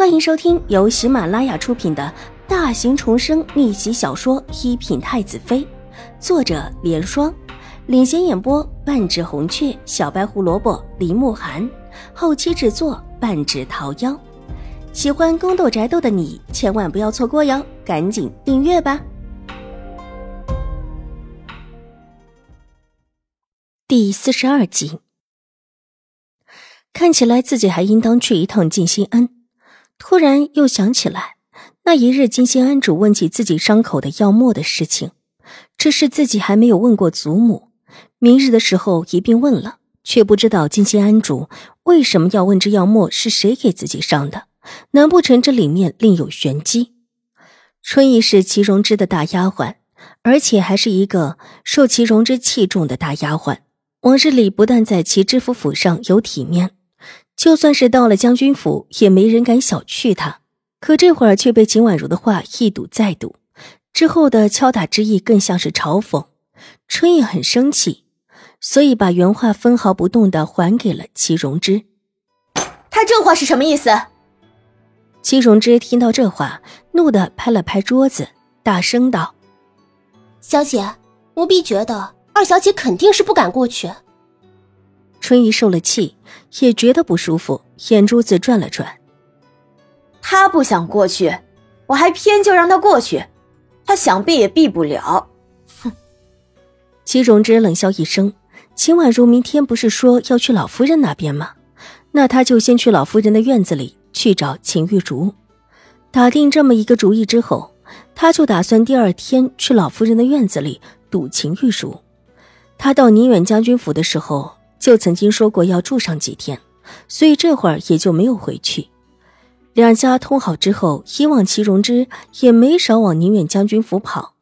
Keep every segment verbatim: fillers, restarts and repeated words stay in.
欢迎收听由喜马拉雅出品的大型重生逆袭小说《一品太子妃》，作者莲霜，领衔演播半指红雀、小白胡萝卜、林慕寒，后期制作半指桃夭。喜欢宫斗宅斗的你千万不要错过哟，赶紧订阅吧。第四十二集，看起来自己还应当去一趟静心庵，突然又想起来那一日静心庵主问起自己伤口的药末的事情，这事自己还没有问过祖母，明日的时候一并问了，却不知道静心庵主为什么要问这药末是谁给自己上的，难不成这里面另有玄机？春意是祁荣之的大丫鬟，而且还是一个受祁荣之器重的大丫鬟，往日里不但在祁知府府上有体面，就算是到了将军府也没人敢小觑他，可这会儿却被秦婉如的话一堵再堵，之后的敲打之意更像是嘲讽。春意很生气，所以把原话分毫不动地还给了祁荣之。 他这话是什么意思？ 祁荣之听到这话，怒地拍了拍桌子，大声道： 小姐，奴婢觉得二小姐肯定是不敢过去。 春意受了气，也觉得不舒服，眼珠子转了转。 他不想过去，我还偏就让他过去，他想避也避不了。哼！ 祁荣之冷笑一声，秦婉如明天不是说要去老夫人那边吗？那他就先去老夫人的院子里去找秦玉茹。打定这么一个主意之后，他就打算第二天去老夫人的院子里堵秦玉茹。他到宁远将军府的时候就曾经说过要住上几天，所以这会儿也就没有回去。两家通好之后，以往祁荣之也没少往宁远将军府跑。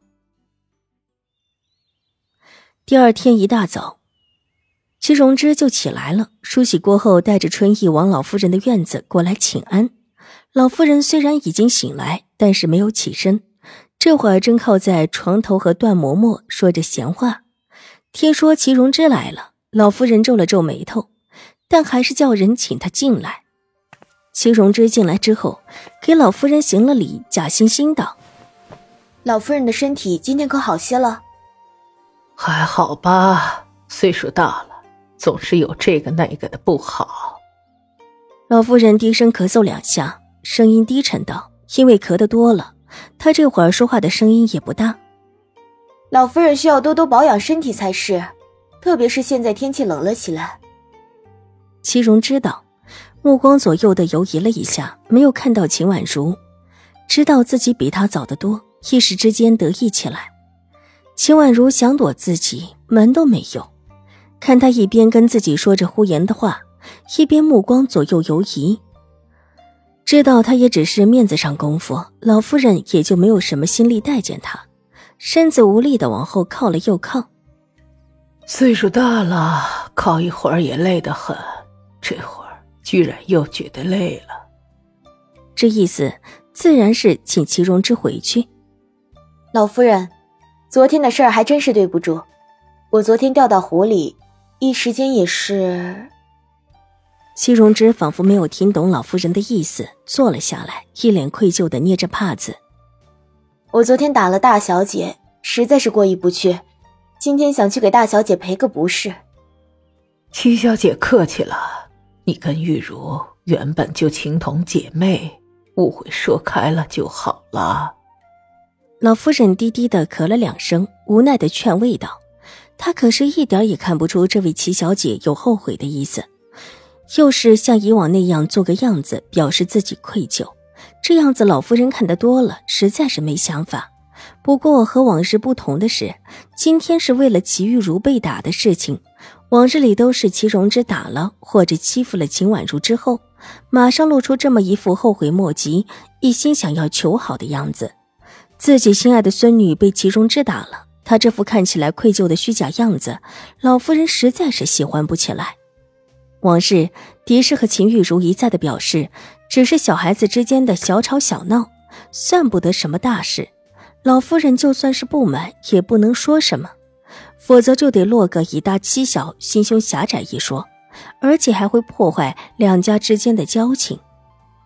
第二天一大早，祁荣之就起来了，梳洗过后带着春意往老夫人的院子过来请安。老夫人虽然已经醒来，但是没有起身，这会儿正靠在床头和段嬷嬷说着闲话。听说祁荣之来了，老夫人皱了皱眉头，但还是叫人请他进来。祁荣之进来之后，给老夫人行了礼，假惺惺道： 老夫人的身体今天可好些了？ 还好吧，岁数大了，总是有这个那个的不好。 老夫人低声咳嗽两下，声音低沉道：因为咳得多了，她这会儿说话的声音也不大。 老夫人需要多多保养身体才是，特别是现在天气冷了起来。 祁荣知道，目光左右地游移了一下，没有看到秦婉如，知道自己比她早得多，一时之间得意起来。秦婉如想躲自己，门都没有。看她一边跟自己说着胡言的话，一边目光左右游移，知道她也只是面子上功夫，老夫人也就没有什么心力待见她，身子无力地往后靠了又靠。 岁数大了，靠一会儿也累得很，这会儿居然又觉得累了。 这意思自然是请祁荣之回去。 老夫人，昨天的事儿还真是对不住，我昨天掉到湖里，一时间也是…… 祁荣之仿佛没有听懂老夫人的意思，坐了下来，一脸愧疚地捏着帕子。 我昨天打了大小姐，实在是过意不去，今天想去给大小姐赔个不是。 七小姐客气了，你跟玉茹原本就情同姐妹，误会说开了就好了。 老夫人低低地咳了两声，无奈地劝慰道：她可是一点也看不出这位祁小姐有后悔的意思，又是像以往那样做个样子表示自己愧疚，这样子老夫人看得多了，实在是没想法。不过和往日不同的是，今天是为了祁玉茹被打的事情，往日里都是祁荣之打了或者欺负了秦婉如之后，马上露出这么一副后悔莫及，一心想要求好的样子。自己心爱的孙女被祁荣之打了，她这副看起来愧疚的虚假样子，老夫人实在是喜欢不起来。往日狄氏和秦玉茹一再的表示，只是小孩子之间的小吵小闹，算不得什么大事，老夫人就算是不满也不能说什么，否则就得落个以大欺小、心胸狭窄一说，而且还会破坏两家之间的交情。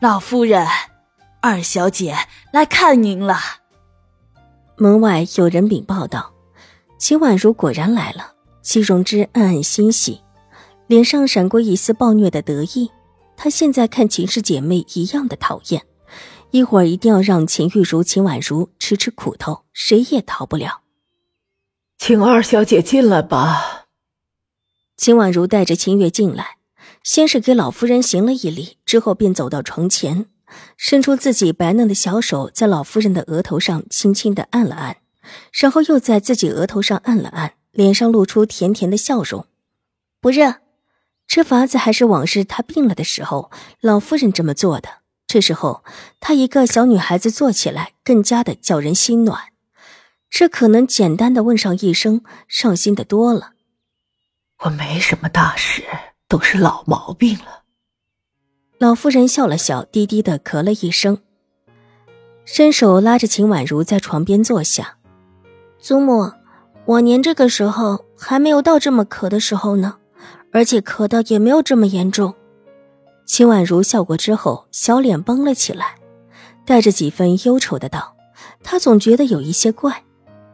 老夫人，二小姐来看您了。 门外有人禀报道，秦婉如果然来了。戚容之暗暗欣喜，脸上闪过一丝暴虐的得意。她现在看秦氏姐妹一样的讨厌，一会儿一定要让秦玉茹、秦婉如吃吃苦头，谁也逃不了。 请二小姐进来吧。 秦婉如带着秦月进来，先是给老夫人行了一礼，之后便走到床前，伸出自己白嫩的小手，在老夫人的额头上轻轻地按了按，然后又在自己额头上按了按，脸上露出甜甜的笑容。不热，这法子还是往日她病了的时候老夫人这么做的。这时候她一个小女孩子做起来更加的叫人心暖，这可能简单的问上一声，上心的多了。 我没什么大事，都是老毛病了。 老夫人笑了笑，低低的咳了一声，伸手拉着秦婉如在床边坐下。祖母，往年这个时候还没有到这么咳的时候呢，而且咳的也没有这么严重。秦婉如笑过之后，小脸绷了起来，带着几分忧愁的道，她总觉得有一些怪。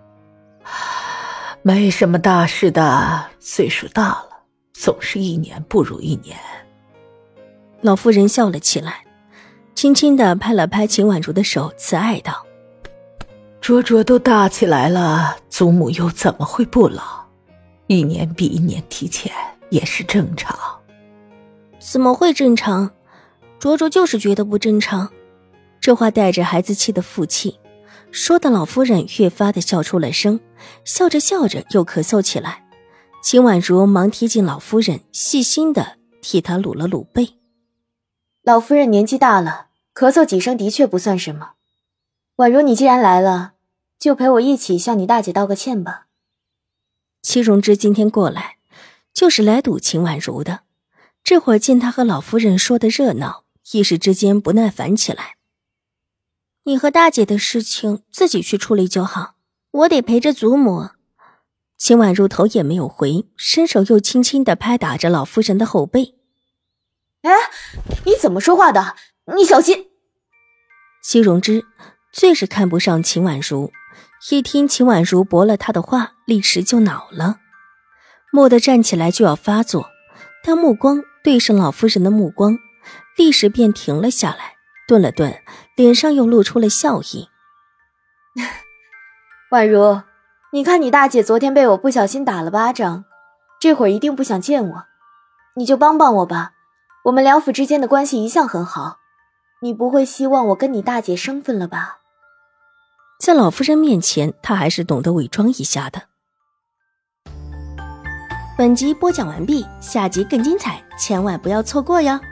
没什么大事的，岁数大了，总是一年不如一年。 老夫人笑了起来，轻轻地拍了拍秦婉如的手，慈爱道， 卓卓都大起来了，祖母又怎么会不老？一年比一年提前也是正常。 怎么会正常？卓卓就是觉得不正常。这话带着孩子气的负气，说的老夫人越发的笑出了声，笑着笑着又咳嗽起来。秦婉如忙贴近老夫人，细心的替她撸了撸背。 老夫人年纪大了，咳嗽几声的确不算什么。婉如，你既然来了，就陪我一起向你大姐道个歉吧。 戚容之今天过来，就是来堵秦婉如的。这会儿见他和老夫人说的热闹，一时之间不耐烦起来。你和大姐的事情自己去处理就好，我得陪着祖母。秦婉如头也没有回，伸手又轻轻地拍打着老夫人的后背。 哎，你怎么说话的？你小心！ 戚容之最是看不上秦婉如，一听秦婉如驳了他的话，立时就恼了，蓦地站起来就要发作，但目光对上老夫人的目光，立时便停了下来，顿了顿，脸上又露出了笑意。 婉如，你看你大姐昨天被我不小心打了巴掌，这会儿一定不想见我，你就帮帮我吧。我们两府之间的关系一向很好，你不会希望我跟你大姐生分了吧？ 在老夫人面前，她还是懂得伪装一下的。本集播讲完毕，下集更精彩，千万不要错过哟。